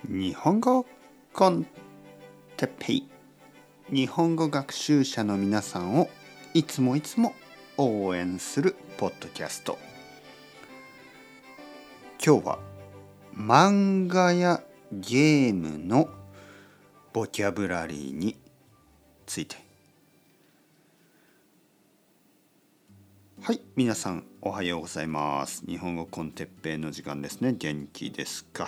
日本語コンテッペイ、日本語学習者の皆さんをいつも応援するポッドキャスト。今日は漫画やゲームのボキャブラリーについて。はい、皆さんおはようございます。日本語コンテッペイの時間ですね。元気ですか？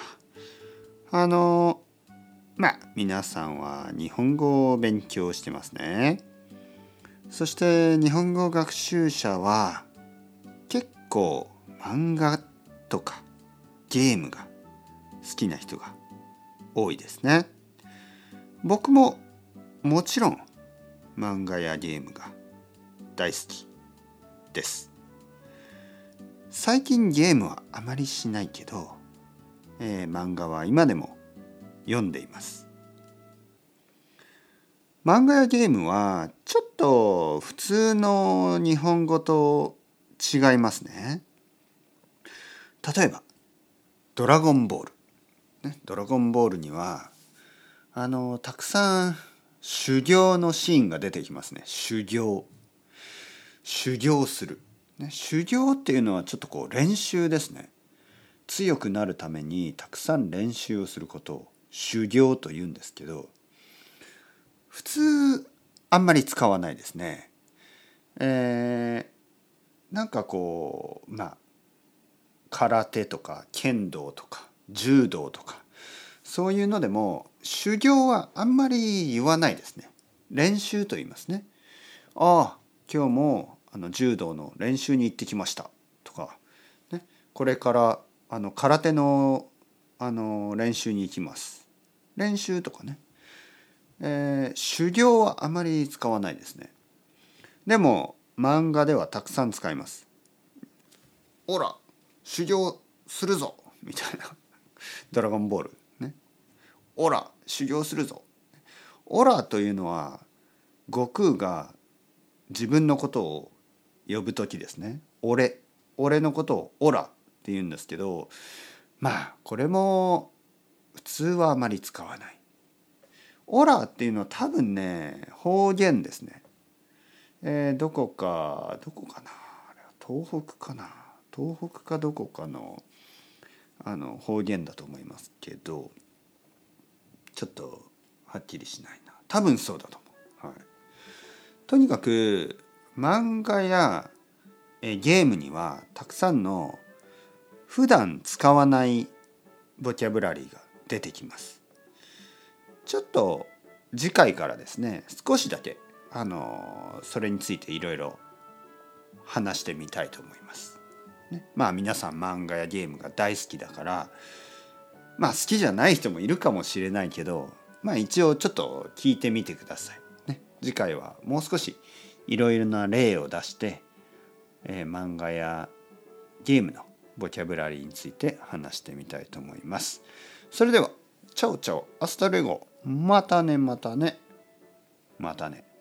皆さんは日本語を勉強してますね。そして日本語学習者は結構漫画とかゲームが好きな人が多いですね。僕ももちろん漫画やゲームが大好きです。最近ゲームはあまりしないけど、漫画は今でも読んでいます。漫画やゲームはちょっと普通の日本語と違いますね。例えばドラゴンボール、ドラゴンボールにはたくさん修行のシーンが出てきますね。修行する、修行っていうのはちょっと練習ですね。強くなるためにたくさん練習をすることを修行と言うんですけど、普通あんまり使わないですね。空手とか剣道とか柔道とかそういうのでも修行はあんまり言わないですね。練習と言いますね。今日も柔道の練習に行ってきましたとか、これから空手の練習に行きます。練習とかね。修行はあまり使わないですね。でも漫画ではたくさん使います。オラ修行するぞみたいな。ドラゴンボールね。オラ修行するぞ。オラというのは悟空が自分のことを呼ぶときですね。俺のことをオラって言うんですけど、これも普通はあまり使わない。オラっていうのは多分ね、方言ですね。どこかな、東北かどこかの方言だと思いますけど、ちょっとはっきりしないな。多分そうだと思う。はい。とにかく漫画やゲームにはたくさんの普段使わないボキャブラリーが出てきます。ちょっと次回からですね、少しだけそれについていろいろ話してみたいと思います。皆さん漫画やゲームが大好きだから、好きじゃない人もいるかもしれないけど、一応ちょっと聞いてみてください。次回はもう少しいろいろな例を出して、漫画やゲームのボキャブラリーについて話してみたいと思います。それではチャオチャオアスタルエゴ、またね。